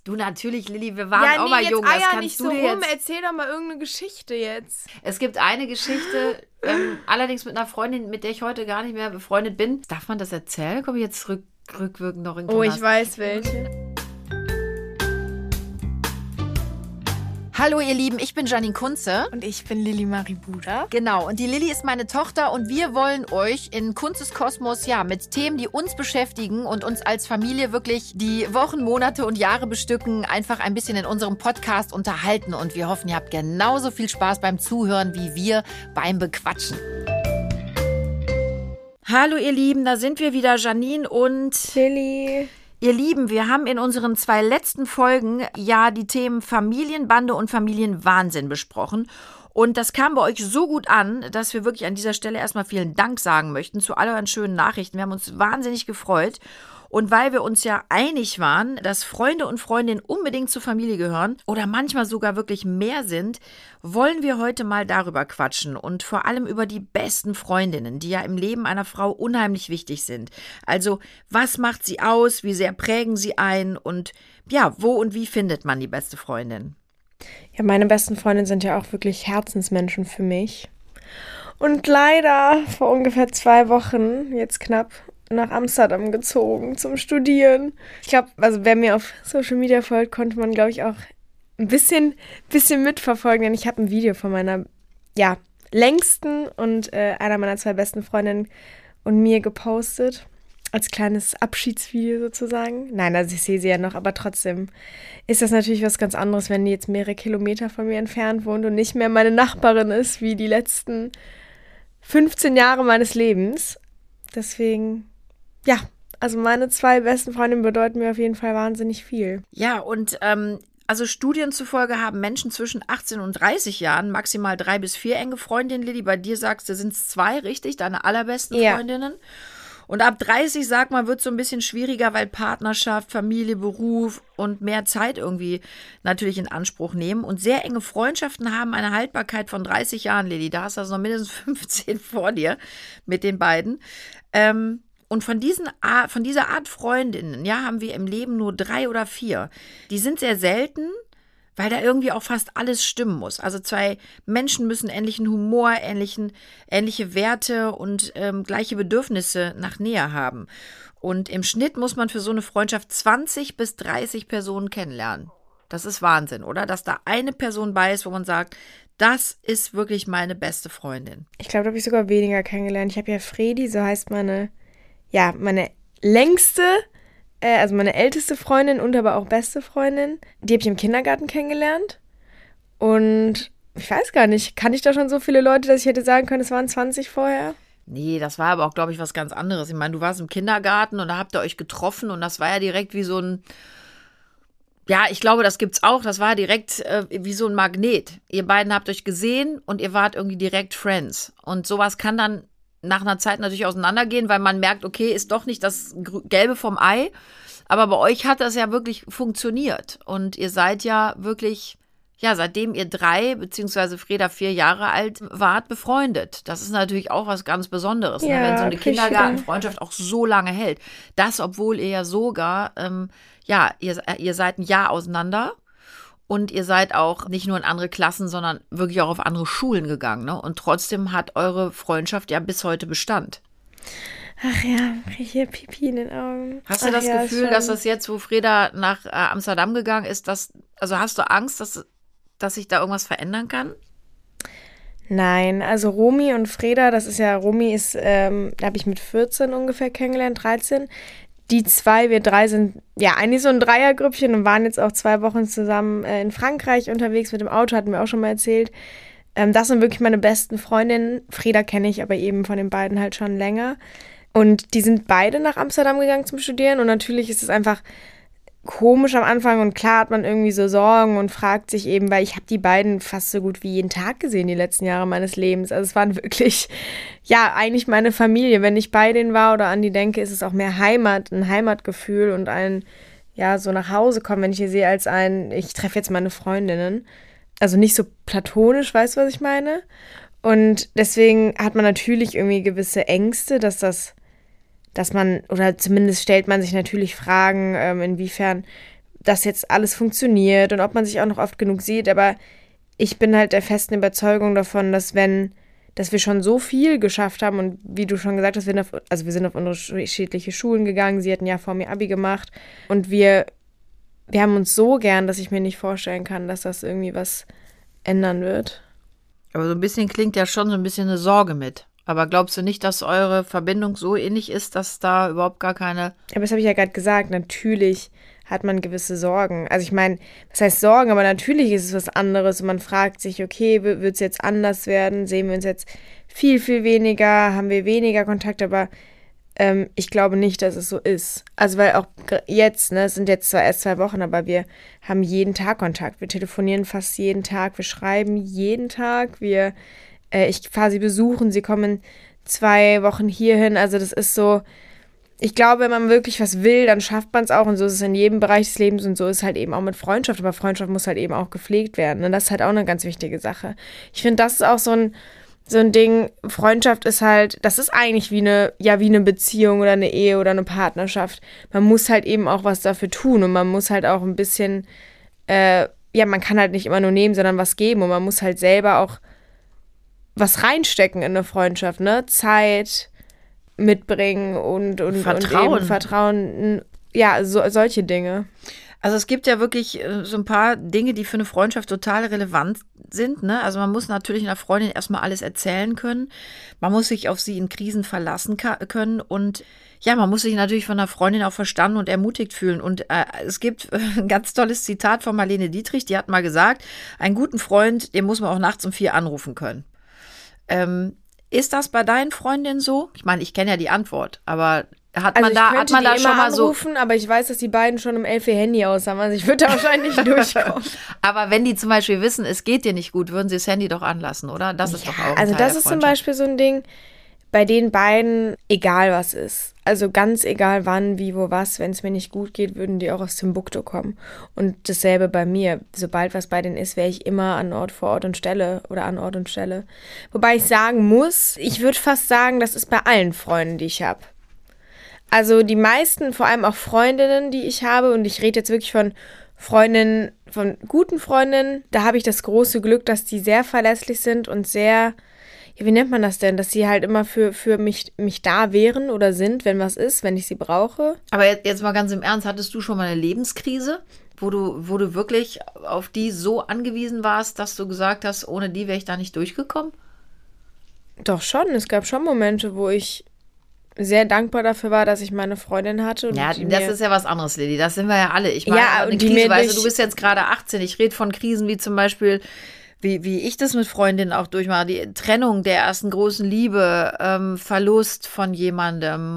Du, natürlich, Lilly, wir waren auch mal jung. Das kannst nicht du so dir jetzt... Erzähl doch mal irgendeine Geschichte jetzt. Es gibt eine Geschichte, allerdings mit einer Freundin, mit der ich heute gar nicht mehr befreundet bin. Darf man das erzählen? Komme ich jetzt rückwirkend noch in den Knast? Oh, ich weiß welche. Hallo ihr Lieben, ich bin Janine Kunze. Und ich bin Lilly Marie Buda. Genau, und die Lilly ist meine Tochter und wir wollen euch in Kunzes Kosmos mit Themen, die uns beschäftigen und uns als Familie wirklich die Wochen, Monate und Jahre bestücken, einfach ein bisschen in unserem Podcast unterhalten. Und wir hoffen, ihr habt genauso viel Spaß beim Zuhören wie wir beim Bequatschen. Hallo ihr Lieben, da sind wir wieder, Janine und Lilly. Ihr Lieben, wir haben in unseren 2 letzten Folgen die Themen Familienbande und Familienwahnsinn besprochen. Und das kam bei euch so gut an, dass wir wirklich an dieser Stelle erstmal vielen Dank sagen möchten zu all euren schönen Nachrichten. Wir haben uns wahnsinnig gefreut. Und weil wir uns ja einig waren, dass Freunde und Freundinnen unbedingt zur Familie gehören oder manchmal sogar wirklich mehr sind, wollen wir heute mal darüber quatschen und vor allem über die besten Freundinnen, die ja im Leben einer Frau unheimlich wichtig sind. Also, was macht sie aus, wie sehr prägen sie ein und wo und wie findet man die beste Freundin? Ja, meine besten Freundinnen sind ja auch wirklich Herzensmenschen für mich. Und leider vor ungefähr 2 Wochen, jetzt knapp, nach Amsterdam gezogen zum Studieren. Ich glaube, also wer mir auf Social Media folgt, konnte man, glaube ich, auch ein bisschen mitverfolgen, denn ich habe ein Video von meiner, längsten und einer meiner 2 besten Freundinnen und mir gepostet. Als kleines Abschiedsvideo sozusagen. Nein, also ich sehe sie ja noch, aber trotzdem ist das natürlich was ganz anderes, wenn die jetzt mehrere Kilometer von mir entfernt wohnt und nicht mehr meine Nachbarin ist, wie die letzten 15 Jahre meines Lebens. Deswegen, also meine 2 besten Freundinnen bedeuten mir auf jeden Fall wahnsinnig viel. Ja, und also Studien zufolge haben Menschen zwischen 18 und 30 Jahren maximal 3 bis 4 enge Freundinnen. Lilly, bei dir sagst du, sind es 2, richtig? Deine allerbesten Freundinnen? Und ab 30, sag mal, wird es so ein bisschen schwieriger, weil Partnerschaft, Familie, Beruf und mehr Zeit irgendwie natürlich in Anspruch nehmen. Und sehr enge Freundschaften haben eine Haltbarkeit von 30 Jahren, Lilly. Da hast du also noch mindestens 15 vor dir mit den beiden. Und von dieser Art Freundinnen, haben wir im Leben nur 3 oder 4. Die sind sehr selten, weil da irgendwie auch fast alles stimmen muss. Also 2 Menschen müssen ähnlichen Humor, ähnliche Werte und gleiche Bedürfnisse nach Nähe haben. Und im Schnitt muss man für so eine Freundschaft 20 bis 30 Personen kennenlernen. Das ist Wahnsinn, oder? Dass da eine Person bei ist, wo man sagt, das ist wirklich meine beste Freundin. Ich glaube, da habe ich sogar weniger kennengelernt. Ich habe ja Fredi, so heißt meine längste, also meine älteste Freundin und aber auch beste Freundin, die habe ich im Kindergarten kennengelernt. Und ich weiß gar nicht, kannte ich da schon so viele Leute, dass ich hätte sagen können, es waren 20 vorher? Nee, das war aber auch, glaube ich, was ganz anderes. Ich meine, du warst im Kindergarten und da habt ihr euch getroffen und das war ja direkt wie so ein, ich glaube, das gibt's auch, das war direkt wie so ein Magnet. Ihr beiden habt euch gesehen und ihr wart irgendwie direkt Friends. Und sowas kann dann nach einer Zeit natürlich auseinandergehen, weil man merkt, okay, ist doch nicht das Gelbe vom Ei. Aber bei euch hat das ja wirklich funktioniert. Und ihr seid ja wirklich, seitdem ihr 3 beziehungsweise Freda 4 Jahre alt wart, befreundet. Das ist natürlich auch was ganz Besonderes, wenn so eine Kindergartenfreundschaft auch so lange hält. Das, obwohl ihr ja sogar, ihr seid ein Jahr auseinander. Und ihr seid auch nicht nur in andere Klassen, sondern wirklich auch auf andere Schulen gegangen. Ne? Und trotzdem hat eure Freundschaft ja bis heute Bestand. Ach ja, kriege ich hier Pipi in den Augen. Hast du das Gefühl, dass das jetzt, wo Freda nach Amsterdam gegangen ist, also hast du Angst, dass sich da irgendwas verändern kann? Nein, also Romy und Freda, Romy ist, habe ich mit 14 ungefähr kennengelernt, 13. Die 2, wir 3 sind eigentlich so ein Dreiergrüppchen und waren jetzt auch 2 Wochen zusammen in Frankreich unterwegs mit dem Auto, hatten wir auch schon mal erzählt. Das sind wirklich meine besten Freundinnen. Freda kenne ich aber eben von den beiden halt schon länger. Und die sind beide nach Amsterdam gegangen zum Studieren und natürlich ist es einfach komisch am Anfang und klar hat man irgendwie so Sorgen und fragt sich eben, weil ich habe die beiden fast so gut wie jeden Tag gesehen, die letzten Jahre meines Lebens. Also es waren wirklich, eigentlich meine Familie. Wenn ich bei denen war oder an die denke, ist es auch mehr Heimat, ein Heimatgefühl und ein, so nach Hause kommen, wenn ich hier sehe, als ich treffe jetzt meine Freundinnen. Also nicht so platonisch, weißt du, was ich meine? Und deswegen hat man natürlich irgendwie gewisse Ängste, dass man, oder zumindest stellt man sich natürlich Fragen, inwiefern das jetzt alles funktioniert und ob man sich auch noch oft genug sieht, aber ich bin halt der festen Überzeugung davon, dass wir schon so viel geschafft haben und wie du schon gesagt hast, wir sind auf unterschiedliche Schulen gegangen, sie hat ein Jahr vor mir Abi gemacht und wir haben uns so gern, dass ich mir nicht vorstellen kann, dass das irgendwie was ändern wird. Aber so ein bisschen klingt ja schon so ein bisschen eine Sorge mit. Aber glaubst du nicht, dass eure Verbindung so ähnlich ist, dass da überhaupt gar keine... Aber das habe ich ja gerade gesagt, natürlich hat man gewisse Sorgen. Also ich meine, was heißt Sorgen, aber natürlich ist es was anderes und man fragt sich, okay, wird es jetzt anders werden? Sehen wir uns jetzt viel, viel weniger? Haben wir weniger Kontakt? Aber ich glaube nicht, dass es so ist. Also weil auch jetzt, ne, es sind jetzt zwar erst 2 Wochen, aber wir haben jeden Tag Kontakt. Wir telefonieren fast jeden Tag, wir schreiben jeden Tag, ich fahre sie besuchen, sie kommen 2 Wochen hierhin. Also das ist so, ich glaube, wenn man wirklich was will, dann schafft man es auch. Und so ist es in jedem Bereich des Lebens und so ist es halt eben auch mit Freundschaft. Aber Freundschaft muss halt eben auch gepflegt werden. Und das ist halt auch eine ganz wichtige Sache. Ich finde, das ist auch so ein Ding, Freundschaft ist halt, das ist eigentlich wie eine Beziehung oder eine Ehe oder eine Partnerschaft. Man muss halt eben auch was dafür tun und man muss halt auch ein bisschen, man kann halt nicht immer nur nehmen, sondern was geben und man muss halt selber auch was reinstecken in eine Freundschaft, ne? Zeit mitbringen und Vertrauen. Und eben Vertrauen, ja, solche Dinge. Also es gibt ja wirklich so ein paar Dinge, die für eine Freundschaft total relevant sind, ne? Also man muss natürlich einer Freundin erstmal alles erzählen können. Man muss sich auf sie in Krisen verlassen können und ja, man muss sich natürlich von einer Freundin auch verstanden und ermutigt fühlen. Und es gibt ein ganz tolles Zitat von Marlene Dietrich, die hat mal gesagt, einen guten Freund, den muss man auch nachts um 4 anrufen können. Ist das bei deinen Freundinnen so? Ich meine, ich kenne ja die Antwort, aber hat man da schon mal anrufen, aber ich weiß, dass die beiden schon um 11 ihr Handy aus haben, also ich würde da wahrscheinlich nicht durchkommen. Aber wenn die zum Beispiel wissen, es geht dir nicht gut, würden sie das Handy doch anlassen, oder? Das ist doch auch ein also Teil das ist zum Beispiel so ein Ding, bei den beiden, egal was ist. Also ganz egal wann, wie, wo, was, wenn es mir nicht gut geht, würden die auch aus Timbuktu kommen. Und dasselbe bei mir. Sobald was bei denen ist, wäre ich immer an Ort, vor Ort und Stelle oder an Ort und Stelle. Wobei ich sagen muss, ich würde fast sagen, das ist bei allen Freunden, die ich habe. Also die meisten, vor allem auch Freundinnen, die ich habe, und ich rede jetzt wirklich von Freundinnen, von guten Freundinnen, da habe ich das große Glück, dass die sehr verlässlich sind und sehr, ja, wie nennt man das denn, dass sie halt immer für mich da wären oder sind, wenn was ist, wenn ich sie brauche. Aber jetzt mal ganz im Ernst, hattest du schon mal eine Lebenskrise, wo du wirklich auf die so angewiesen warst, dass du gesagt hast, ohne die wäre ich da nicht durchgekommen? Doch schon, es gab schon Momente, wo ich sehr dankbar dafür war, dass ich meine Freundin hatte. Und ja, das ist ja was anderes, Lilly. Das sind wir ja alle. Ich meine, ja, eine Krise, weißt du bist jetzt gerade 18. Ich rede von Krisen wie zum Beispiel, wie ich das mit Freundinnen auch durchmache. Die Trennung der ersten großen Liebe, Verlust von jemandem,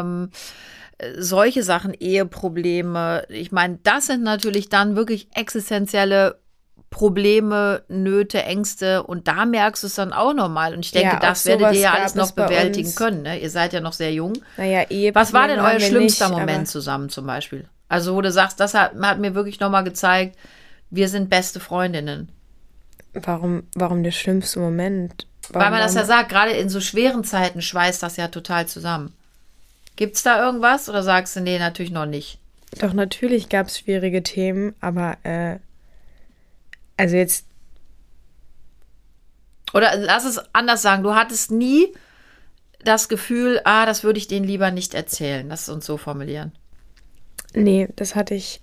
solche Sachen, Eheprobleme. Ich meine, das sind natürlich dann wirklich existenzielle Probleme, Nöte, Ängste und da merkst du es dann auch nochmal. Und ich denke, das werdet ihr ja alles noch bewältigen können. Ne? Ihr seid ja noch sehr jung. Naja, was war denn euer schlimmster Moment zusammen zum Beispiel? Also wo du sagst, das hat mir wirklich nochmal gezeigt, wir sind beste Freundinnen. Warum der schlimmste Moment? Weil man das ja sagt, gerade in so schweren Zeiten schweißt das ja total zusammen. Gibt's da irgendwas oder sagst du, nee, natürlich noch nicht? Doch, natürlich gab es schwierige Themen, aber also jetzt. Oder lass es anders sagen, du hattest nie das Gefühl, das würde ich denen lieber nicht erzählen. Lass es uns so formulieren. Nee, das hatte ich,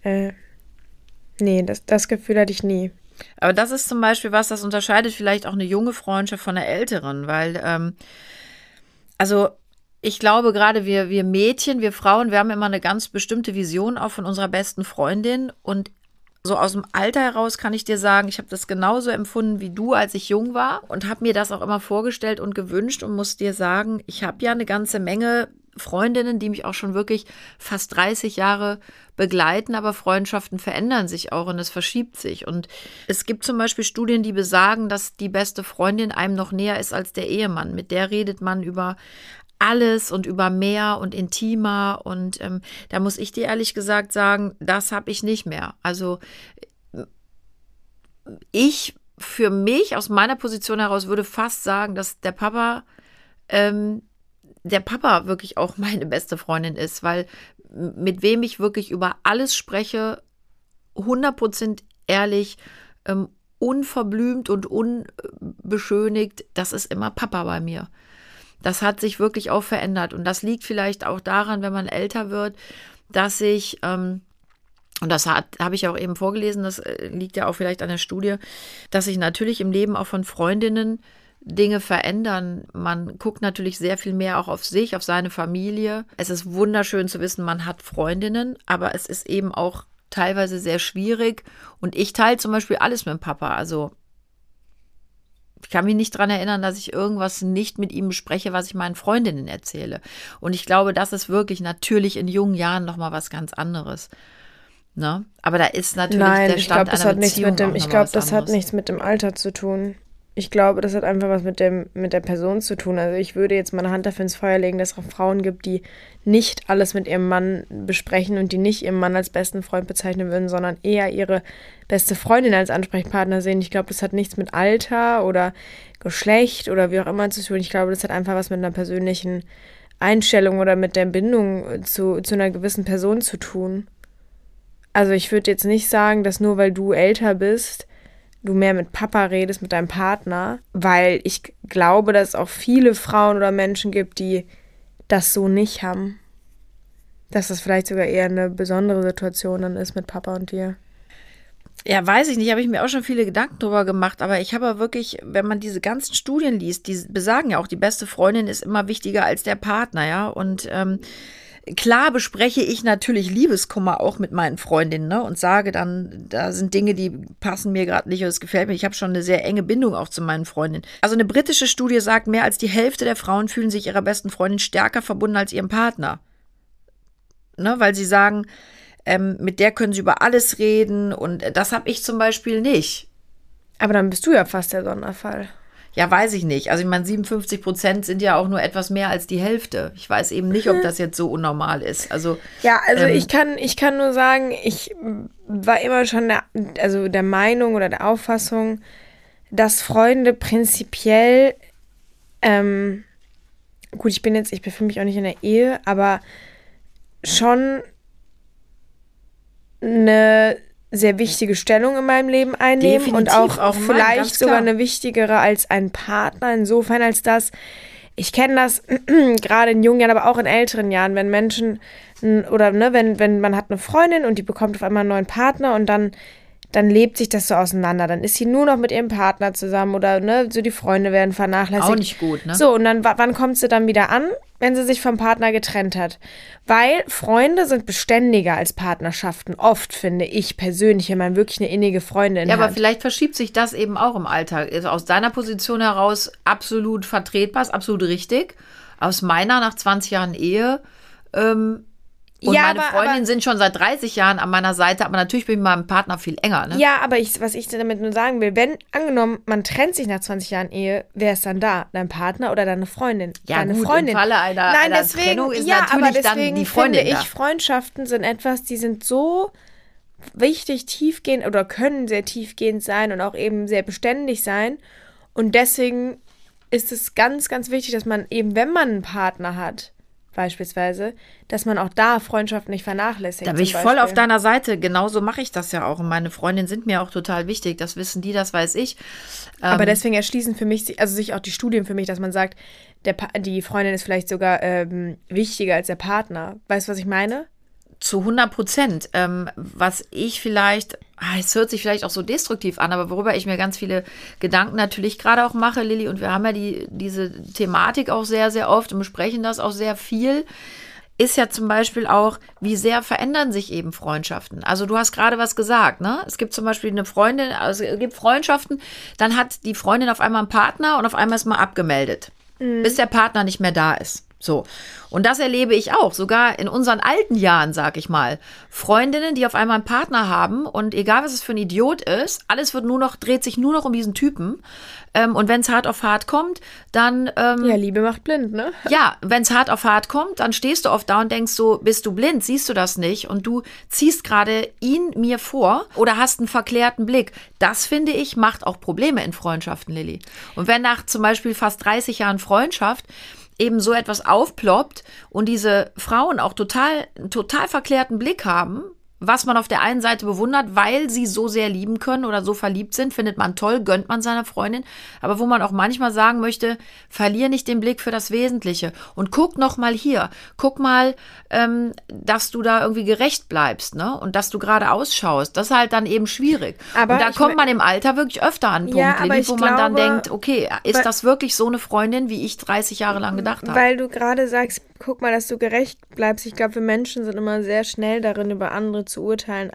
das Gefühl hatte ich nie. Aber das ist zum Beispiel was, das unterscheidet vielleicht auch eine junge Freundschaft von einer älteren, weil, also ich glaube gerade wir Mädchen, wir Frauen, wir haben immer eine ganz bestimmte Vision auch von unserer besten Freundin und so aus dem Alter heraus kann ich dir sagen, ich habe das genauso empfunden wie du, als ich jung war und habe mir das auch immer vorgestellt und gewünscht und muss dir sagen, ich habe ja eine ganze Menge Freundinnen, die mich auch schon wirklich fast 30 Jahre begleiten, aber Freundschaften verändern sich auch und es verschiebt sich. Und es gibt zum Beispiel Studien, die besagen, dass die beste Freundin einem noch näher ist als der Ehemann. Mit der redet man über alles und über mehr und intimer und da muss ich dir ehrlich gesagt sagen, das habe ich nicht mehr. Also ich für mich aus meiner Position heraus würde fast sagen, dass der Papa wirklich auch meine beste Freundin ist, weil mit wem ich wirklich über alles spreche, 100% ehrlich, unverblümt und unbeschönigt, das ist immer Papa bei mir. Das hat sich wirklich auch verändert. Und das liegt vielleicht auch daran, wenn man älter wird, dass ich, und das habe ich auch eben vorgelesen, das liegt ja auch vielleicht an der Studie, dass sich natürlich im Leben auch von Freundinnen Dinge verändern. Man guckt natürlich sehr viel mehr auch auf sich, auf seine Familie. Es ist wunderschön zu wissen, man hat Freundinnen, aber es ist eben auch teilweise sehr schwierig. Und ich teile zum Beispiel alles mit dem Papa. Also ich kann mich nicht daran erinnern, dass ich irgendwas nicht mit ihm bespreche, was ich meinen Freundinnen erzähle. Und ich glaube, das ist wirklich natürlich in jungen Jahren nochmal was ganz anderes. Ne? Aber da ist natürlich der Stand einer Beziehung ich glaube, das hat nichts mit dem Alter zu tun. Ich glaube, das hat einfach was mit der Person zu tun. Also ich würde jetzt meine Hand dafür ins Feuer legen, dass es auch Frauen gibt, die nicht alles mit ihrem Mann besprechen und die nicht ihren Mann als besten Freund bezeichnen würden, sondern eher ihre beste Freundin als Ansprechpartner sehen. Ich glaube, das hat nichts mit Alter oder Geschlecht oder wie auch immer zu tun. Ich glaube, das hat einfach was mit einer persönlichen Einstellung oder mit der Bindung zu einer gewissen Person zu tun. Also ich würde jetzt nicht sagen, dass nur weil du älter bist, du mehr mit Papa redest, mit deinem Partner, weil ich glaube, dass es auch viele Frauen oder Menschen gibt, die das so nicht haben. Dass das vielleicht sogar eher eine besondere Situation dann ist mit Papa und dir. Ja, weiß ich nicht, habe ich mir auch schon viele Gedanken drüber gemacht, aber ich habe wirklich, wenn man diese ganzen Studien liest, die besagen ja auch, die beste Freundin ist immer wichtiger als der Partner, ja, und klar bespreche ich natürlich Liebeskummer auch mit meinen Freundinnen, ne? Und sage dann, da sind Dinge, die passen mir gerade nicht oder es gefällt mir. Ich habe schon eine sehr enge Bindung auch zu meinen Freundinnen. Also eine britische Studie sagt, mehr als die Hälfte der Frauen fühlen sich ihrer besten Freundin stärker verbunden als ihrem Partner. Ne? Weil sie sagen, mit der können sie über alles reden und das habe ich zum Beispiel nicht. Aber dann bist du ja fast der Sonderfall. Ja, weiß ich nicht. Also ich meine, 57% sind ja auch nur etwas mehr als die Hälfte. Ich weiß eben nicht, ob das jetzt so unnormal ist. Also ja, also ich kann nur sagen, ich war immer schon der Meinung oder der Auffassung, dass Freunde prinzipiell, gut, ich befinde mich auch nicht in der Ehe, aber schon eine sehr wichtige Stellung in meinem Leben einnehmen. Definitiv, und auch vielleicht sogar eine wichtigere als ein Partner, insofern als das, ich kenne das gerade in jungen Jahren, aber auch in älteren Jahren, wenn Menschen oder wenn man hat eine Freundin und die bekommt auf einmal einen neuen Partner und dann lebt sich das so auseinander. Dann ist sie nur noch mit ihrem Partner zusammen oder so die Freunde werden vernachlässigt. Auch nicht gut, ne? So, und dann, wann kommt sie dann wieder an? Wenn sie sich vom Partner getrennt hat. Weil Freunde sind beständiger als Partnerschaften. Oft, finde ich persönlich, wenn man wirklich eine innige Freundin hat. Ja, aber vielleicht verschiebt sich das eben auch im Alltag. Ist aus deiner Position heraus absolut vertretbar, ist absolut richtig. Aus meiner nach 20 Jahren Ehe und ja, meine Freundinnen sind schon seit 30 Jahren an meiner Seite, aber natürlich bin ich mit meinem Partner viel enger. Ne? Ja, aber was ich damit nur sagen will, wenn, angenommen, man trennt sich nach 20 Jahren Ehe, wer ist dann da? Dein Partner oder deine Freundin? Ja, deine gut, Freundin. Im Falle einer Trennung ist natürlich dann die Freundin finde ich, Freundschaften sind etwas, die sind so wichtig, tiefgehend oder können sehr tiefgehend sein und auch eben sehr beständig sein. Und deswegen ist es ganz, ganz wichtig, dass man eben, wenn man einen Partner hat, beispielsweise, dass man auch da Freundschaften nicht vernachlässigt. Da bin ich voll auf deiner Seite. Genauso mache ich das ja auch. Und meine Freundinnen sind mir auch total wichtig. Das wissen die, das weiß ich. Aber deswegen erschließen für mich, also sich auch die Studien für mich, dass man sagt, die Freundin ist vielleicht sogar wichtiger als der Partner. Weißt du, was ich meine? Zu 100%. Was ich vielleicht, es hört sich vielleicht auch so destruktiv an, aber worüber ich mir ganz viele Gedanken natürlich gerade auch mache, Lilly, und wir haben ja diese Thematik auch sehr, sehr oft und besprechen das auch sehr viel, ist ja zum Beispiel auch, wie sehr verändern sich eben Freundschaften. Also du hast gerade was gesagt, ne? Es gibt zum Beispiel eine Freundin, also es gibt Freundschaften, dann hat die Freundin auf einmal einen Partner und auf einmal ist mal abgemeldet, bis der Partner nicht mehr da ist. So. Und das erlebe ich auch, sogar in unseren alten Jahren, sag ich mal. Freundinnen, die auf einmal einen Partner haben und egal, was es für ein Idiot ist, alles dreht sich nur noch um diesen Typen. Und wenn es hart auf hart kommt, dann... ja, Liebe macht blind, ne? Ja, wenn es hart auf hart kommt, dann stehst du oft da und denkst so, bist du blind, siehst du das nicht? Und du ziehst gerade ihn mir vor oder hast einen verklärten Blick. Das, finde ich, macht auch Probleme in Freundschaften, Lilly. Und wenn nach zum Beispiel fast 30 Jahren Freundschaft eben so etwas aufploppt und diese Frauen auch total verklärten Blick haben, was man auf der einen Seite bewundert, weil sie so sehr lieben können oder so verliebt sind, findet man toll, gönnt man seiner Freundin, aber wo man auch manchmal sagen möchte, verlier nicht den Blick für das Wesentliche und guck noch mal hier, guck mal, dass du da irgendwie gerecht bleibst, ne? Und dass du gerade ausschaust. Das ist halt dann eben schwierig. Aber und da kommt man im Alter wirklich öfter an einen Punkt, Lilly, wo man dann denkt, okay, ist das wirklich so eine Freundin, wie ich 30 Jahre lang gedacht habe? Weil du gerade sagst, guck mal, dass du gerecht bleibst. Ich glaube, wir Menschen sind immer sehr schnell darin, über andere zu urteilen,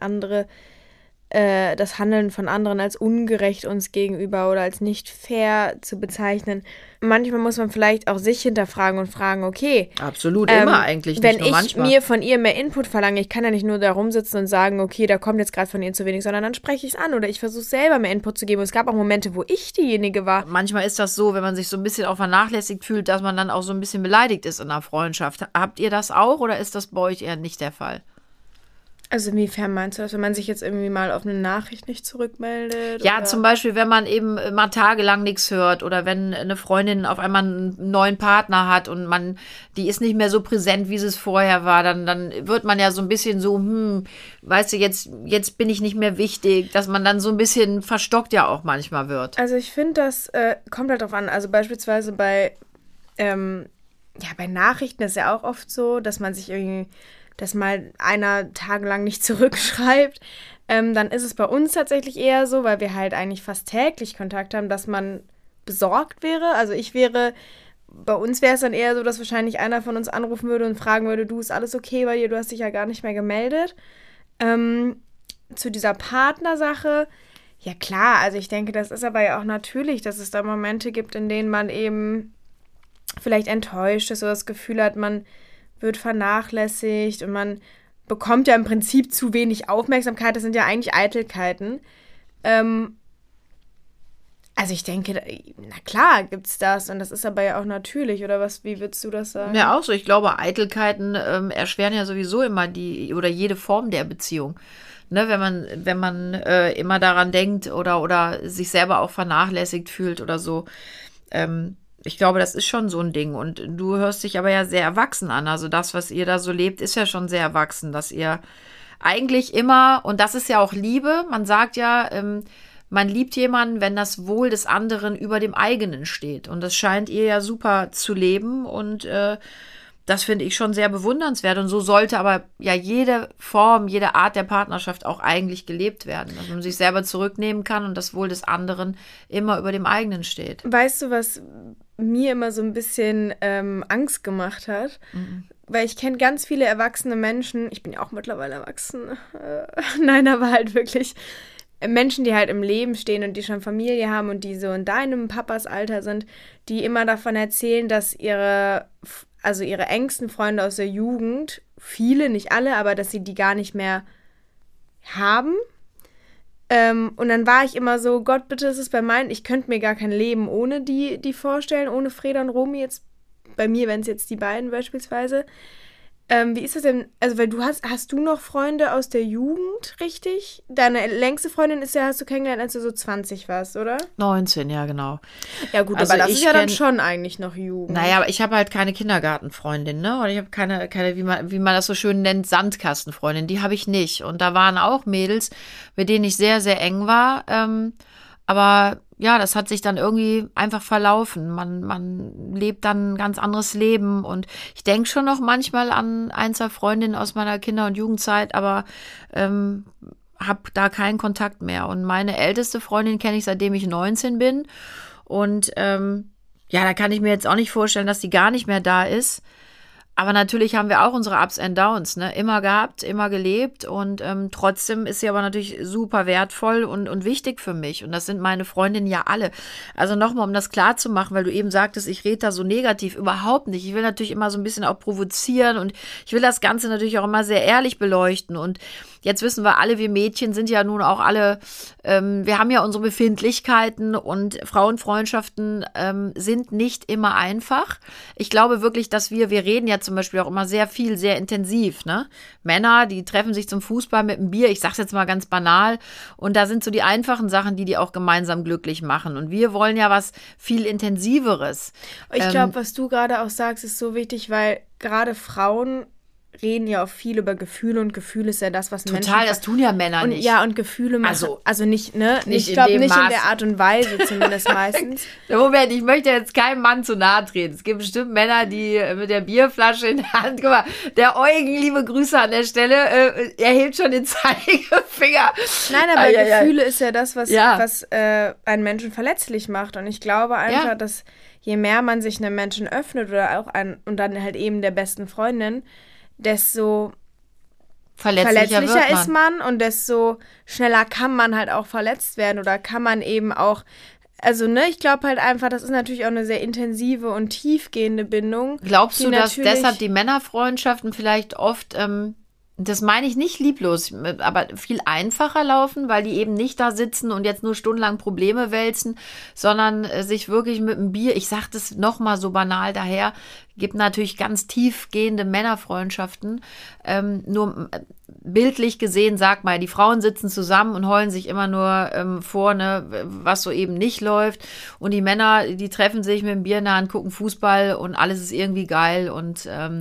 das Handeln von anderen als ungerecht uns gegenüber oder als nicht fair zu bezeichnen. Manchmal muss man vielleicht auch sich hinterfragen und fragen, okay. Absolut, immer eigentlich, nicht nur manchmal. Wenn ich mir von ihr mehr Input verlange, ich kann ja nicht nur da rumsitzen und sagen, okay, da kommt jetzt gerade von ihr zu wenig, sondern dann spreche ich es an oder ich versuche selber mehr Input zu geben. Und es gab auch Momente, wo ich diejenige war. Manchmal ist das so, wenn man sich so ein bisschen auch vernachlässigt fühlt, dass man dann auch so ein bisschen beleidigt ist in einer Freundschaft. Habt ihr das auch oder ist das bei euch eher nicht der Fall? Also inwiefern meinst du das, wenn man sich jetzt irgendwie mal auf eine Nachricht nicht zurückmeldet? Ja, oder? Zum Beispiel, wenn man eben mal tagelang nichts hört oder wenn eine Freundin auf einmal einen neuen Partner hat und die ist nicht mehr so präsent, wie sie es vorher war, dann wird man ja so ein bisschen so, weißt du, jetzt bin ich nicht mehr wichtig, dass man dann so ein bisschen verstockt ja auch manchmal wird. Also ich finde, das kommt halt drauf an. Also beispielsweise bei Nachrichten ist ja auch oft so, dass man sich irgendwie dass mal einer tagelang nicht zurückschreibt, dann ist es bei uns tatsächlich eher so, weil wir halt eigentlich fast täglich Kontakt haben, dass man besorgt wäre. Also bei uns wäre es dann eher so, dass wahrscheinlich einer von uns anrufen würde und fragen würde, du, ist alles okay bei dir, du hast dich ja gar nicht mehr gemeldet. Zu dieser Partnersache, ja klar, also ich denke, das ist aber ja auch natürlich, dass es da Momente gibt, in denen man eben vielleicht enttäuscht ist oder das Gefühl hat, man wird vernachlässigt und man bekommt ja im Prinzip zu wenig Aufmerksamkeit. Das sind ja eigentlich Eitelkeiten. Also ich denke, na klar gibt's das und das ist aber ja auch natürlich, oder was? Wie würdest du das sagen? Ja, auch so. Ich glaube, Eitelkeiten erschweren ja sowieso immer jede Form der Beziehung. Ne, wenn man immer daran denkt oder sich selber auch vernachlässigt fühlt oder so. Ich glaube, das ist schon so ein Ding. Und du hörst dich aber ja sehr erwachsen an. Also das, was ihr da so lebt, ist ja schon sehr erwachsen, dass ihr eigentlich immer, und das ist ja auch Liebe, man sagt ja, man liebt jemanden, wenn das Wohl des anderen über dem eigenen steht. Und das scheint ihr ja super zu leben und das finde ich schon sehr bewundernswert. Und so sollte aber ja jede Form, jede Art der Partnerschaft auch eigentlich gelebt werden. Dass man sich selber zurücknehmen kann und das Wohl des anderen immer über dem eigenen steht. Weißt du, was mir immer so ein bisschen Angst gemacht hat? Weil ich kenne ganz viele erwachsene Menschen, ich bin ja auch mittlerweile erwachsen, nein, aber halt wirklich Menschen, die halt im Leben stehen und die schon Familie haben und die so in deinem Papas Alter sind, die immer davon erzählen, dass ihre engsten Freunde aus der Jugend, viele, nicht alle, aber dass sie die gar nicht mehr haben. Und dann war ich immer so, Gott, bitte, ist es bei meinen, ich könnte mir gar kein Leben ohne die vorstellen, ohne Freda und Romy jetzt, bei mir wären es jetzt die beiden beispielsweise. Wie ist das denn, also weil hast du noch Freunde aus der Jugend, richtig? Deine längste Freundin hast du kennengelernt, als du so 20 warst, oder? 19, ja, genau. Ja gut, also aber das ist ja dann schon eigentlich noch Jugend. Naja, aber ich habe halt keine Kindergartenfreundin, ne? Oder ich habe keine, wie man das so schön nennt, Sandkastenfreundin, die habe ich nicht. Und da waren auch Mädels, mit denen ich sehr, sehr eng war, aber ja, das hat sich dann irgendwie einfach verlaufen. Man lebt dann ein ganz anderes Leben und ich denke schon noch manchmal an ein, zwei Freundinnen aus meiner Kinder- und Jugendzeit, aber habe da keinen Kontakt mehr. Und meine älteste Freundin kenne ich, seitdem ich 19 bin. Und da kann ich mir jetzt auch nicht vorstellen, dass die gar nicht mehr da ist. Aber natürlich haben wir auch unsere Ups and Downs, ne? Immer gehabt, immer gelebt und trotzdem ist sie aber natürlich super wertvoll und wichtig für mich. Und das sind meine Freundinnen ja alle. Also nochmal, um das klar zu machen, weil du eben sagtest, ich rede da so negativ, überhaupt nicht. Ich will natürlich immer so ein bisschen auch provozieren und ich will das Ganze natürlich auch immer sehr ehrlich beleuchten. Und jetzt wissen wir alle, wir Mädchen sind ja nun auch alle, wir haben ja unsere Befindlichkeiten und Frauenfreundschaften sind nicht immer einfach. Ich glaube wirklich, dass wir reden ja zum Beispiel auch immer sehr viel, sehr intensiv, ne? Männer, die treffen sich zum Fußball mit einem Bier, ich sag's jetzt mal ganz banal, und da sind so die einfachen Sachen, die auch gemeinsam glücklich machen. Und wir wollen ja was viel Intensiveres. Ich glaube, was du gerade auch sagst, ist so wichtig, weil gerade Frauen reden ja auch viel über Gefühle und Gefühle ist ja das, was Menschen... Total, das tun ja Männer nicht. Ja, und Gefühle machen... Also nicht, ne? Nicht ich glaube in dem nicht Maß. in der Art und Weise zumindest meistens. Moment, ich möchte jetzt keinem Mann zu nahe treten. Es gibt bestimmt Männer, die mit der Bierflasche in der Hand... Guck mal, der Eugen, liebe Grüße an der Stelle, er hebt schon den Zeigefinger. Nein, aber Gefühle ist ja das, was einen Menschen verletzlich macht. Und ich glaube einfach, dass je mehr man sich einem Menschen öffnet oder auch und dann halt eben der besten Freundin, desto verletzlicher ist man und desto schneller kann man halt auch verletzt werden oder kann man eben auch, also ne, ich glaube halt einfach, das ist natürlich auch eine sehr intensive und tiefgehende Bindung. Glaubst du, dass deshalb die Männerfreundschaften vielleicht oft, das meine ich nicht lieblos, aber viel einfacher laufen, weil die eben nicht da sitzen und jetzt nur stundenlang Probleme wälzen, sondern sich wirklich mit einem Bier, ich sage das nochmal so banal daher, gibt natürlich ganz tiefgehende Männerfreundschaften, nur bildlich gesehen, sag mal, die Frauen sitzen zusammen und heulen sich immer nur vor, ne, was so eben nicht läuft und die Männer, die treffen sich mit dem Bier in der Hand, gucken Fußball und alles ist irgendwie geil und kann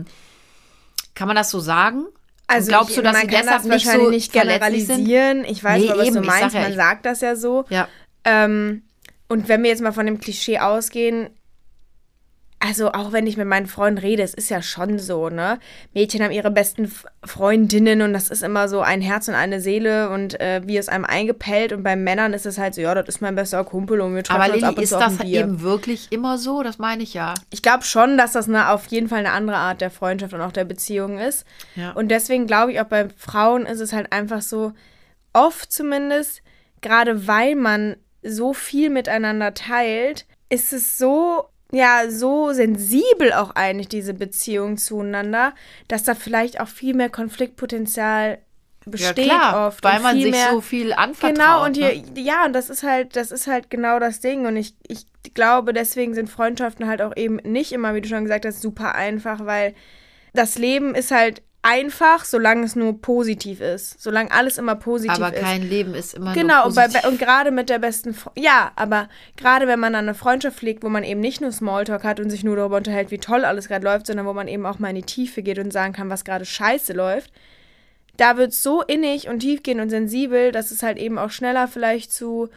man das so sagen? Also glaubst du, dass sie deshalb nicht so nicht generalisieren? Ich weiß aber, was du meinst. Man sagt das ja so. Ja. Und wenn wir jetzt mal von dem Klischee ausgehen, also auch wenn ich mit meinen Freunden rede, es ist ja schon so, ne? Mädchen haben ihre besten Freundinnen und das ist immer so ein Herz und eine Seele und wie es einem eingepellt und bei Männern ist es halt so, ja, das ist mein bester Kumpel und wir treffen uns ab und zu auf ein Bier. Aber ist das eben wirklich immer so? Das meine ich ja. Ich glaube schon, dass das auf jeden Fall eine andere Art der Freundschaft und auch der Beziehung ist. Ja. Und deswegen glaube ich, auch bei Frauen ist es halt einfach so, oft zumindest, gerade weil man so viel miteinander teilt, ist es so sensibel auch eigentlich, diese Beziehung zueinander, dass da vielleicht auch viel mehr Konfliktpotenzial besteht, ja, klar, oft. Weil man sich so viel anvertraut. Genau, und und das ist halt genau das Ding. Und ich glaube, deswegen sind Freundschaften halt auch eben nicht immer, wie du schon gesagt hast, super einfach, weil das Leben ist halt einfach, solange es nur positiv ist. Solange alles immer positiv ist. Aber kein Leben ist immer nur positiv. Genau, und gerade mit der besten aber gerade wenn man dann eine Freundschaft pflegt, wo man eben nicht nur Smalltalk hat und sich nur darüber unterhält, wie toll alles gerade läuft, sondern wo man eben auch mal in die Tiefe geht und sagen kann, was gerade scheiße läuft, da wird es so innig und tiefgehend und sensibel, dass es halt eben auch schneller vielleicht zu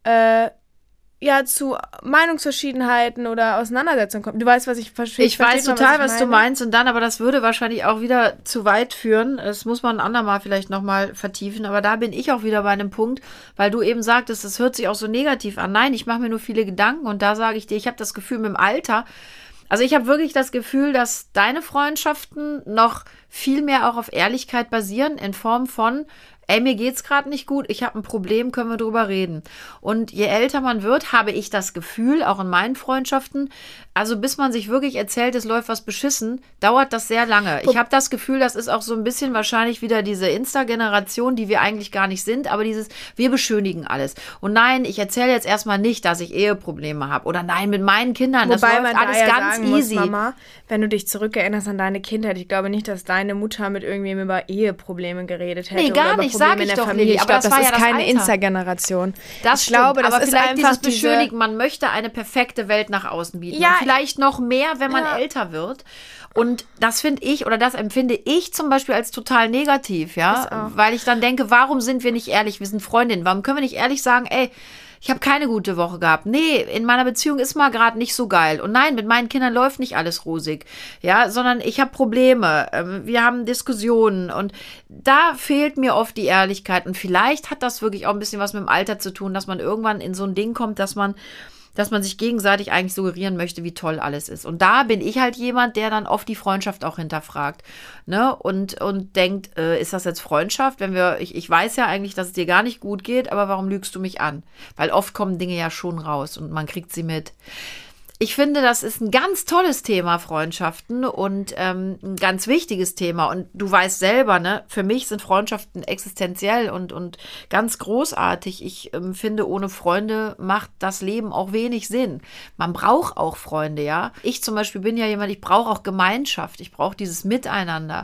Meinungsverschiedenheiten oder Auseinandersetzungen kommt. Du weißt, was ich verstehe. Ich weiß total, was du meinst. Und dann, aber das würde wahrscheinlich auch wieder zu weit führen. Das muss man ein andermal vielleicht nochmal vertiefen. Aber da bin ich auch wieder bei einem Punkt, weil du eben sagtest, das hört sich auch so negativ an. Nein, ich mache mir nur viele Gedanken. Und da sage ich dir, ich habe das Gefühl mit dem Alter, also ich habe wirklich das Gefühl, dass deine Freundschaften noch viel mehr auch auf Ehrlichkeit basieren, in Form von, ey, mir geht's gerade nicht gut, ich habe ein Problem, können wir drüber reden. Und je älter man wird, habe ich das Gefühl, auch in meinen Freundschaften, also bis man sich wirklich erzählt, es läuft was beschissen, dauert das sehr lange. Ich habe das Gefühl, das ist auch so ein bisschen wahrscheinlich wieder diese Insta-Generation, die wir eigentlich gar nicht sind, aber wir beschönigen alles. Und nein, ich erzähle jetzt erstmal nicht, dass ich Eheprobleme habe. Oder nein, mit meinen Kindern, das läuft alles ganz easy. Muss, Mama, wenn du dich zurückerinnerst an deine Kindheit, ich glaube nicht, dass deine Mutter mit irgendjemandem über Eheprobleme geredet hätte. Nee, gar nicht. Sag ich doch nicht, aber das war ja keine Insta-Generation. Das stimmt, aber das ist vielleicht einfach dieses Beschönigen. Man möchte eine perfekte Welt nach außen bieten. Ja, und vielleicht noch mehr, wenn man älter wird. Und das finde ich, oder das empfinde ich zum Beispiel als total negativ, ja. Weil ich dann denke, warum sind wir nicht ehrlich? Wir sind Freundinnen. Warum können wir nicht ehrlich sagen, ey, ich habe keine gute Woche gehabt. Nee, in meiner Beziehung ist mal gerade nicht so geil. Und nein, mit meinen Kindern läuft nicht alles rosig. Ja, sondern ich habe Probleme. Wir haben Diskussionen. Und da fehlt mir oft die Ehrlichkeit. Und vielleicht hat das wirklich auch ein bisschen was mit dem Alter zu tun, dass man irgendwann in so ein Ding kommt, dass man sich gegenseitig eigentlich suggerieren möchte, wie toll alles ist. Und da bin ich halt jemand, der dann oft die Freundschaft auch hinterfragt, ne? Und denkt, ist das jetzt Freundschaft? Ich weiß ja eigentlich, dass es dir gar nicht gut geht, aber warum lügst du mich an? Weil oft kommen Dinge ja schon raus und man kriegt sie mit. Ich finde, das ist ein ganz tolles Thema, Freundschaften, und ein ganz wichtiges Thema. Und du weißt selber, ne, für mich sind Freundschaften existenziell und ganz großartig. Ich finde, ohne Freunde macht das Leben auch wenig Sinn. Man braucht auch Freunde, ja. Ich zum Beispiel bin ja jemand, ich brauche auch Gemeinschaft. Ich brauche dieses Miteinander.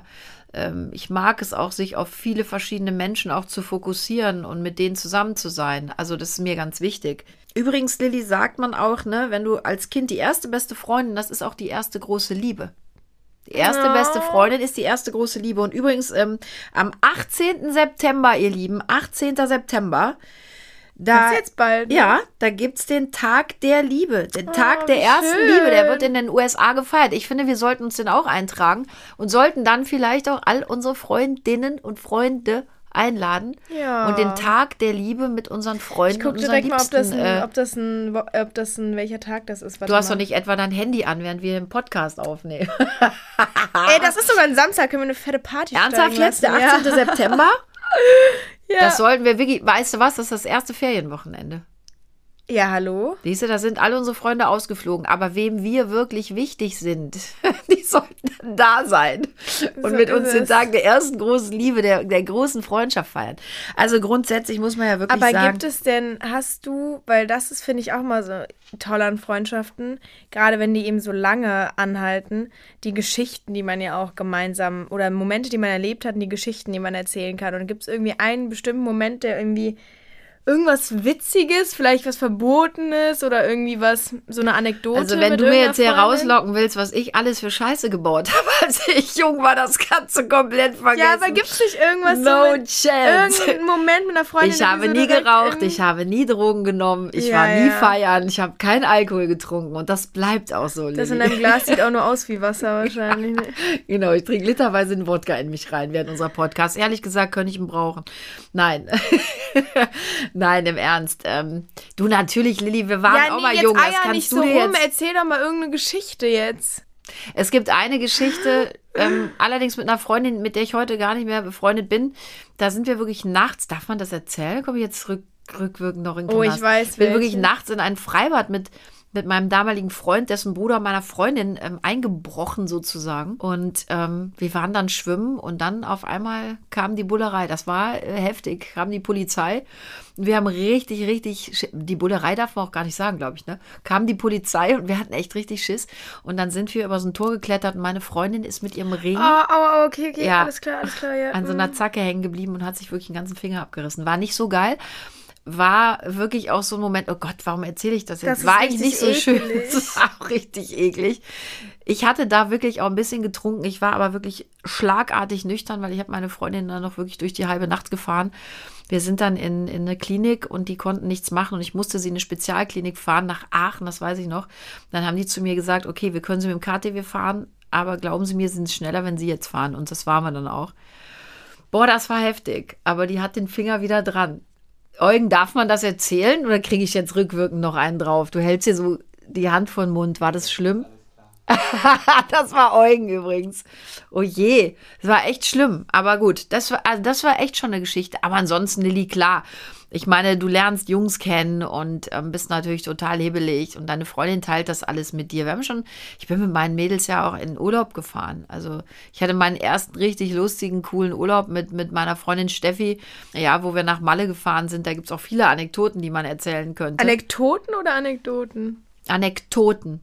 Ich mag es auch, sich auf viele verschiedene Menschen auch zu fokussieren und mit denen zusammen zu sein. Also das ist mir ganz wichtig. Übrigens, Lilly, sagt man auch, ne, wenn du als Kind die erste beste Freundin, das ist auch die erste große Liebe. Die erste beste Freundin ist die erste große Liebe. Und übrigens am 18. September, ihr Lieben, 18. September, das ist jetzt bald. Ne? Ja, da gibt es den Tag der Liebe. Den Tag der ersten Liebe. Der wird in den USA gefeiert. Ich finde, wir sollten uns den auch eintragen und sollten dann vielleicht auch all unsere Freundinnen und Freunde einladen und den Tag der Liebe mit unseren Freunden und unseren Liebsten. Ich gucke direkt mal, ob das welcher Tag das ist. Du hast doch nicht etwa dein Handy an, während wir den Podcast aufnehmen. Ey, das ist sogar ein Samstag, können wir eine fette Party Ernsthaft jetzt, der 18. September? Ja. Das sollten wir wirklich, weißt du was, das ist das erste Ferienwochenende. Ja, hallo? Siehst du, da sind alle unsere Freunde ausgeflogen. Aber wem wir wirklich wichtig sind, die sollten dann da sein. Und so mit uns den Tag der ersten großen Liebe, der großen Freundschaft feiern. Also grundsätzlich muss man ja wirklich sagen. Aber gibt es denn, weil das ist, finde ich, auch mal so toll an Freundschaften, gerade wenn die eben so lange anhalten, die Geschichten, die man ja auch gemeinsam, oder Momente, die man erlebt hat, und die Geschichten, die man erzählen kann. Und gibt es irgendwie einen bestimmten Moment, der irgendwie irgendwas Witziges, vielleicht was Verbotenes oder irgendwie was, so eine Anekdote. Also wenn du mir jetzt hier rauslocken willst, was ich alles für Scheiße gebaut habe, als ich jung war, das kannst du komplett vergessen. Ja, aber gibt's nicht irgendwas irgendeinen Moment mit einer Freundin? Ich habe nie geraucht, ich habe nie Drogen genommen, ich war nie feiern, ich habe keinen Alkohol getrunken und das bleibt auch so. Das in deinem Glas sieht auch nur aus wie Wasser wahrscheinlich. Genau, ich trinke literweise einen Wodka in mich rein während unserer Podcast. Ehrlich gesagt, könnte ich ihn brauchen. Nein. Nein, im Ernst. Du natürlich, Lilly, wir waren auch mal jung. Das kannst nicht du so dir rum. Erzähl doch mal irgendeine Geschichte jetzt. Es gibt eine Geschichte, allerdings mit einer Freundin, mit der ich heute gar nicht mehr befreundet bin. Da sind wir wirklich nachts, darf man das erzählen? Komme ich jetzt rückwirkend noch in Knast? Oh, ich weiß. Ich bin wirklich nachts in ein Freibad mit meinem damaligen Freund, dessen Bruder meiner Freundin, eingebrochen sozusagen. Und wir waren dann schwimmen und dann auf einmal kam die Bullerei. Das war heftig, kam die Polizei. Wir haben richtig, die Bullerei darf man auch gar nicht sagen, glaube ich, ne? Kam die Polizei und wir hatten echt richtig Schiss. Und dann sind wir über so ein Tor geklettert und meine Freundin ist mit ihrem Ring okay, ja, alles klar, ja. An so einer Zacke hängen geblieben und hat sich wirklich den ganzen Finger abgerissen. War nicht so geil. War wirklich auch so ein Moment, oh Gott, warum erzähle ich das jetzt? Das war eigentlich nicht so schön. Das war auch richtig eklig. Ich hatte da wirklich auch ein bisschen getrunken. Ich war aber wirklich schlagartig nüchtern, weil ich habe meine Freundin dann noch wirklich durch die halbe Nacht gefahren. Wir sind dann in eine Klinik und die konnten nichts machen und ich musste sie in eine Spezialklinik fahren nach Aachen, das weiß ich noch. Dann haben die zu mir gesagt, okay, wir können sie mit dem KTW fahren, aber glauben Sie mir, sind es schneller, wenn Sie jetzt fahren. Und das waren wir dann auch. Boah, das war heftig. Aber die hat den Finger wieder dran. Eugen, darf man das erzählen oder kriege ich jetzt rückwirkend noch einen drauf? Du hältst hier so die Hand vor den Mund. War das schlimm? Das war Eugen übrigens. Oh je, das war echt schlimm. Aber gut, das war echt schon eine Geschichte. Aber ansonsten, Lilly, klar. Ich meine, du lernst Jungs kennen und bist natürlich total hebelig und deine Freundin teilt das alles mit dir. Ich bin mit meinen Mädels ja auch in Urlaub gefahren. Also ich hatte meinen ersten richtig lustigen, coolen Urlaub mit meiner Freundin Steffi, ja, wo wir nach Malle gefahren sind. Da gibt es auch viele Anekdoten, die man erzählen könnte. Anekdoten oder Anekdoten? Anekdoten,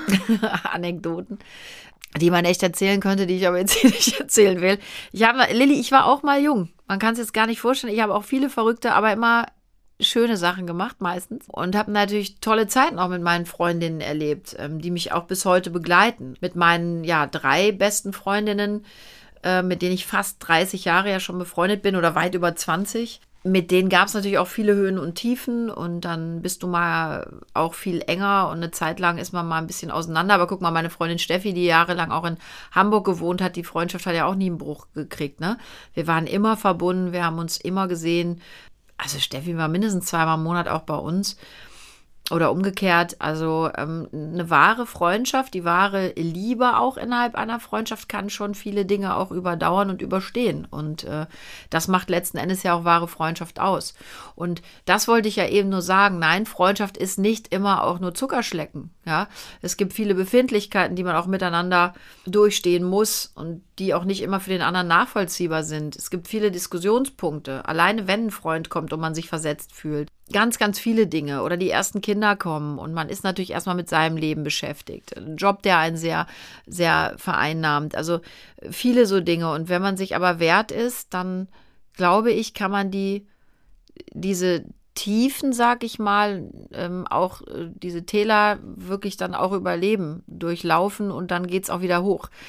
die man echt erzählen könnte, die ich aber jetzt hier nicht erzählen will. Lilly, ich war auch mal jung. Man kann es jetzt gar nicht vorstellen. Ich habe auch viele verrückte, aber immer schöne Sachen gemacht meistens. Und habe natürlich tolle Zeiten auch mit meinen Freundinnen erlebt, die mich auch bis heute begleiten. Mit meinen, 3 besten Freundinnen, mit denen ich fast 30 Jahre ja schon befreundet bin oder weit über 20. Mit denen gab es natürlich auch viele Höhen und Tiefen und dann bist du mal auch viel enger und eine Zeit lang ist man mal ein bisschen auseinander. Aber guck mal, meine Freundin Steffi, die jahrelang auch in Hamburg gewohnt hat, die Freundschaft hat ja auch nie einen Bruch gekriegt, ne? Wir waren immer verbunden, wir haben uns immer gesehen. Also Steffi war mindestens 2-mal im Monat auch bei uns. Oder umgekehrt, also eine wahre Freundschaft, die wahre Liebe auch innerhalb einer Freundschaft kann schon viele Dinge auch überdauern und überstehen. Und das macht letzten Endes ja auch wahre Freundschaft aus. Und das wollte ich ja eben nur sagen. Nein, Freundschaft ist nicht immer auch nur Zuckerschlecken. Ja? Es gibt viele Befindlichkeiten, die man auch miteinander durchstehen muss und die auch nicht immer für den anderen nachvollziehbar sind. Es gibt viele Diskussionspunkte. Alleine wenn ein Freund kommt und man sich versetzt fühlt. Ganz, ganz viele Dinge oder die ersten Kinder kommen und man ist natürlich erstmal mit seinem Leben beschäftigt. Ein Job, der einen sehr, sehr vereinnahmt. Also viele so Dinge. Und wenn man sich aber wert ist, dann glaube ich, kann man diese Tiefen, sag ich mal, auch diese Täler wirklich dann auch überleben, durchlaufen und dann geht's auch wieder hoch.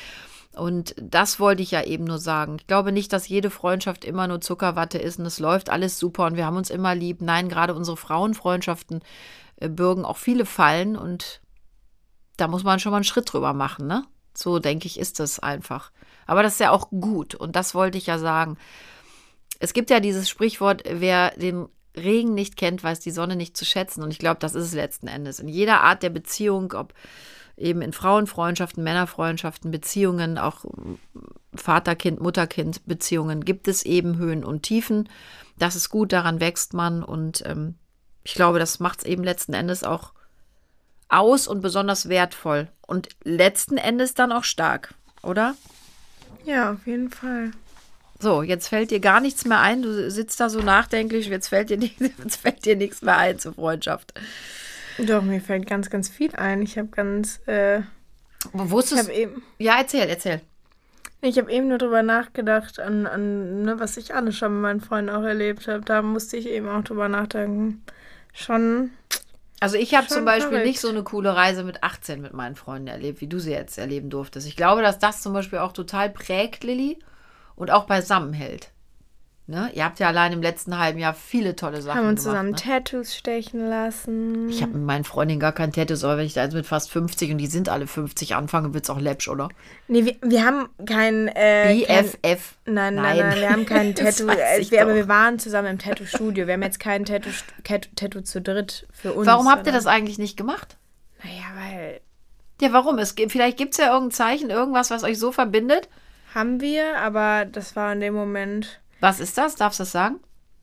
Und das wollte ich ja eben nur sagen. Ich glaube nicht, dass jede Freundschaft immer nur Zuckerwatte ist und es läuft alles super und wir haben uns immer lieb. Nein, gerade unsere Frauenfreundschaften bürgen auch viele Fallen und da muss man schon mal einen Schritt drüber machen, ne? So, denke ich, ist das einfach. Aber das ist ja auch gut und das wollte ich ja sagen. Es gibt ja dieses Sprichwort, wer den Regen nicht kennt, weiß die Sonne nicht zu schätzen. Und ich glaube, das ist es letzten Endes. In jeder Art der Beziehung, ob eben in Frauenfreundschaften, Männerfreundschaften, Beziehungen, auch Vater-Kind, Mutter-Kind-Beziehungen, gibt es eben Höhen und Tiefen. Das ist gut, daran wächst man. Und ich glaube, das macht es eben letzten Endes auch aus und besonders wertvoll. Und letzten Endes dann auch stark, oder? Ja, auf jeden Fall. So, jetzt fällt dir gar nichts mehr ein. Du sitzt da so nachdenklich, jetzt fällt dir nichts mehr ein zur Freundschaft. Doch, mir fällt ganz, ganz viel ein. Ich habe ganz... Wusstest du? Ja, erzähl. Ich habe eben nur drüber nachgedacht, an ne, was ich alles schon mit meinen Freunden auch erlebt habe. Da musste ich eben auch drüber nachdenken. Schon... Also ich habe zum Beispiel verrückt. nicht so eine coole Reise mit 18 mit meinen Freunden erlebt, wie du sie jetzt erleben durftest. Ich glaube, dass das zum Beispiel auch total prägt, Lilly, und auch beisammen hält. Ne? Ihr habt ja allein im letzten halben Jahr viele tolle Sachen gemacht. Haben uns zusammen Tattoos stechen lassen. Ich habe mit meinen Freundinnen gar kein Tattoos, aber wenn ich da jetzt mit fast 50 und die sind alle 50 anfange, wird es auch läppsch, oder? Nee, wir haben kein... BFF. Nein, wir haben kein Das Tattoo. weiß ich Aber doch. wir waren zusammen im Tattoo-Studio. Wir haben jetzt kein Tattoo zu dritt für uns. Warum habt ihr oder? das eigentlich nicht gemacht? Naja, weil Ja, warum? Vielleicht gibt es ja irgendein Zeichen, irgendwas, was euch so verbindet. haben wir, aber das war in dem Moment... Was ist das? Darfst du das sagen?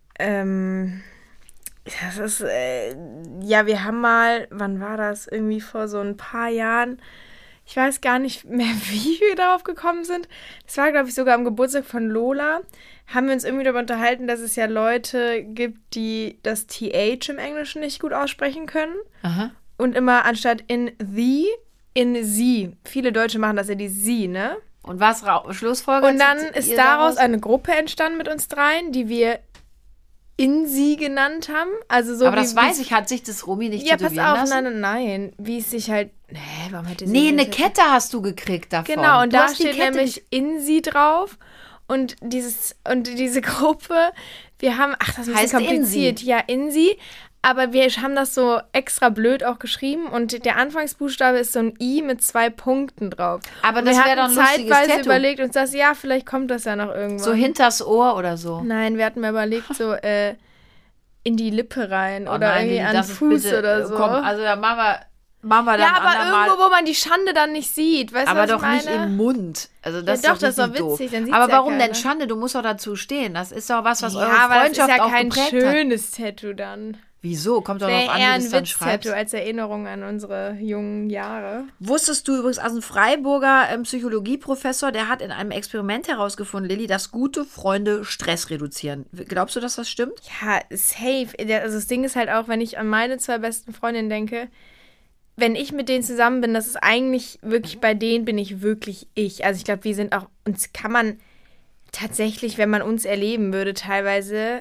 Das ist, ja, wir haben mal, wann war das? Irgendwie vor so ein paar Jahren. Ich weiß gar nicht mehr, wie wir darauf gekommen sind. Das war, glaube ich, sogar am Geburtstag von Lola. Haben wir uns irgendwie darüber unterhalten, dass es ja Leute gibt, die das TH im Englischen nicht gut aussprechen können. Aha. Und immer anstatt in sie. Viele Deutsche machen das ja die sie, ne? Und was Schlussfolgerung? Und dann ist daraus eine Gruppe entstanden mit uns dreien, die wir in sie genannt haben. Also so aber wie, das weiß ich, hat sich das Romy nicht ja, pass tätowieren auf, lassen? nein. Wie es sich halt... Nee, warum hätte sie... Nee, das eine jetzt- Kette hast du gekriegt davon. Genau, und Du da hast die steht Kette nämlich in sie drauf. Und diese Gruppe, wir haben... Ach, das ist ein Heißt bisschen kompliziert. Insi. Ja, in sie. Aber wir haben das so extra blöd auch geschrieben. Und der Anfangsbuchstabe ist so ein I mit 2 Punkten drauf. Aber Und das wir wäre doch hatten ein lustiges zeitweise Tattoo. überlegt uns das, ja, vielleicht kommt das ja noch irgendwann. So hinters Ohr oder so. Nein, wir hatten mir überlegt, so in die Lippe rein Oh oder nein, irgendwie Lili, an den das ist Fuß bitte, oder so. Komm, also da machen wir dann ja, aber andermal. irgendwo, wo man die Schande dann nicht sieht. Weißt Aber du, was doch ich nicht meine? im Mund. Also das Ja, ist doch, das ist doch richtig witzig, dann doof. sieht's Aber ja warum denn keiner. Schande? Du musst doch dazu stehen. Das ist doch was eure Ja, aber das ist Freundschaft ja auch kein geprägt hat. schönes Tattoo dann. Wieso? Kommt doch Wäre darauf an, eher wie ein du es dann schreibst. Witz-Tattoo als Erinnerung an unsere jungen Jahre. Wusstest du übrigens, also ein Freiburger Psychologieprofessor, der hat in einem Experiment herausgefunden, Lilly, dass gute Freunde Stress reduzieren. Glaubst du, dass das stimmt? Ja, safe. Also das Ding ist halt auch, wenn ich an meine 2 besten Freundinnen denke, wenn ich mit denen zusammen bin, das ist eigentlich wirklich, bei denen bin ich wirklich ich. Also ich glaube, wir sind auch, uns kann man tatsächlich, wenn man uns erleben würde, teilweise,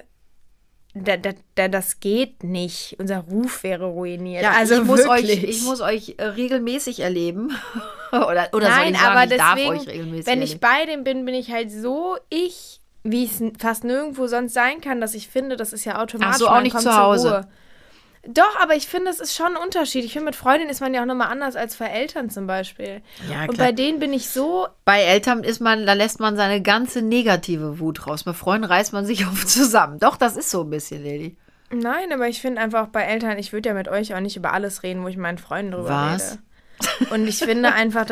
das geht nicht. Unser Ruf wäre ruiniert. Ja, also ich muss euch regelmäßig erleben. oder soll Nein, ich sagen, aber ich darf deswegen, euch regelmäßig wenn ich erleben? bei dem bin ich halt so ich, wie es fast nirgendwo sonst sein kann, dass ich finde, das ist ja automatisch. Ach so, auch man nicht kommt zu zur Hause. Ruhe. Doch, aber ich finde, es ist schon ein Unterschied. Ich finde, mit Freundinnen ist man ja auch nochmal anders als bei Eltern zum Beispiel. Ja, Und klar. bei denen bin ich so, Bei Eltern da lässt man seine ganze negative Wut raus. Bei Freunden reißt man sich oft zusammen. Doch, das ist so ein bisschen, Lilly. nein, aber ich finde einfach bei Eltern, ich würde ja mit euch auch nicht über alles reden, wo ich mit meinen Freunden drüber Was? rede. Und ich finde einfach,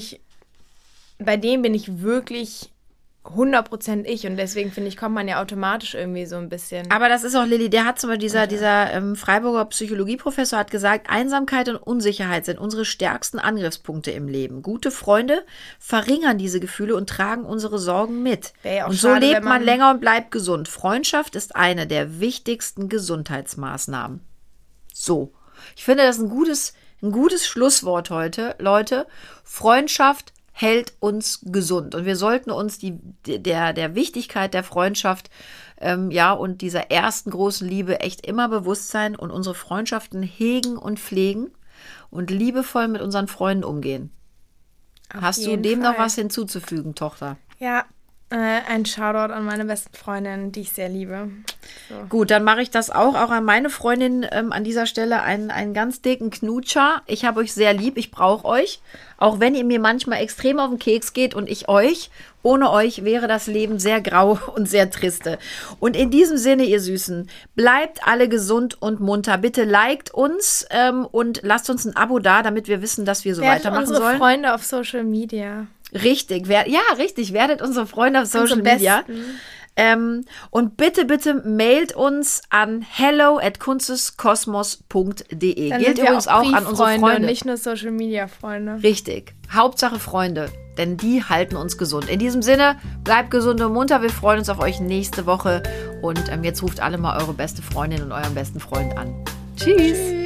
bei denen bin ich wirklich 100% ich und deswegen finde ich, kommt man ja automatisch irgendwie so ein bisschen. Aber das ist auch, Lilly, der hat zum Beispiel, dieser Freiburger Psychologieprofessor hat gesagt, Einsamkeit und Unsicherheit sind unsere stärksten Angriffspunkte im Leben. Gute Freunde verringern diese Gefühle und tragen unsere Sorgen mit. Wäre ja auch Und so schade, lebt wenn man man länger und bleibt gesund. Freundschaft ist eine der wichtigsten Gesundheitsmaßnahmen. So. Ich finde, das ist ein gutes Schlusswort heute, Leute. Freundschaft hält uns gesund. Und wir sollten uns der Wichtigkeit der Freundschaft und dieser ersten großen Liebe echt immer bewusst sein und unsere Freundschaften hegen und pflegen und liebevoll mit unseren Freunden umgehen. Hast du dem noch was hinzuzufügen, Tochter? Ja, ein Shoutout an meine besten Freundinnen, die ich sehr liebe. So. Gut, dann mache ich das auch an meine Freundin an dieser Stelle einen ganz dicken Knutscher. Ich habe euch sehr lieb, ich brauche euch. Auch wenn ihr mir manchmal extrem auf den Keks geht und ich euch. Ohne euch wäre das Leben sehr grau und sehr triste. Und in diesem Sinne, ihr Süßen, bleibt alle gesund und munter. Bitte liked uns und lasst uns ein Abo da, damit wir wissen, dass wir so weitermachen sollen. Unsere Freunde auf Social Media. Richtig, werdet unsere Freunde auf Social Media. Und bitte mailt uns an hello@kunsteskosmos.de. Gilt übrigens auch an unsere Freunde. Und nicht nur Social Media Freunde. Richtig. Hauptsache Freunde, denn die halten uns gesund. In diesem Sinne, bleibt gesund und munter. Wir freuen uns auf euch nächste Woche. Und jetzt ruft alle mal eure beste Freundin und euren besten Freund an. Tschüss.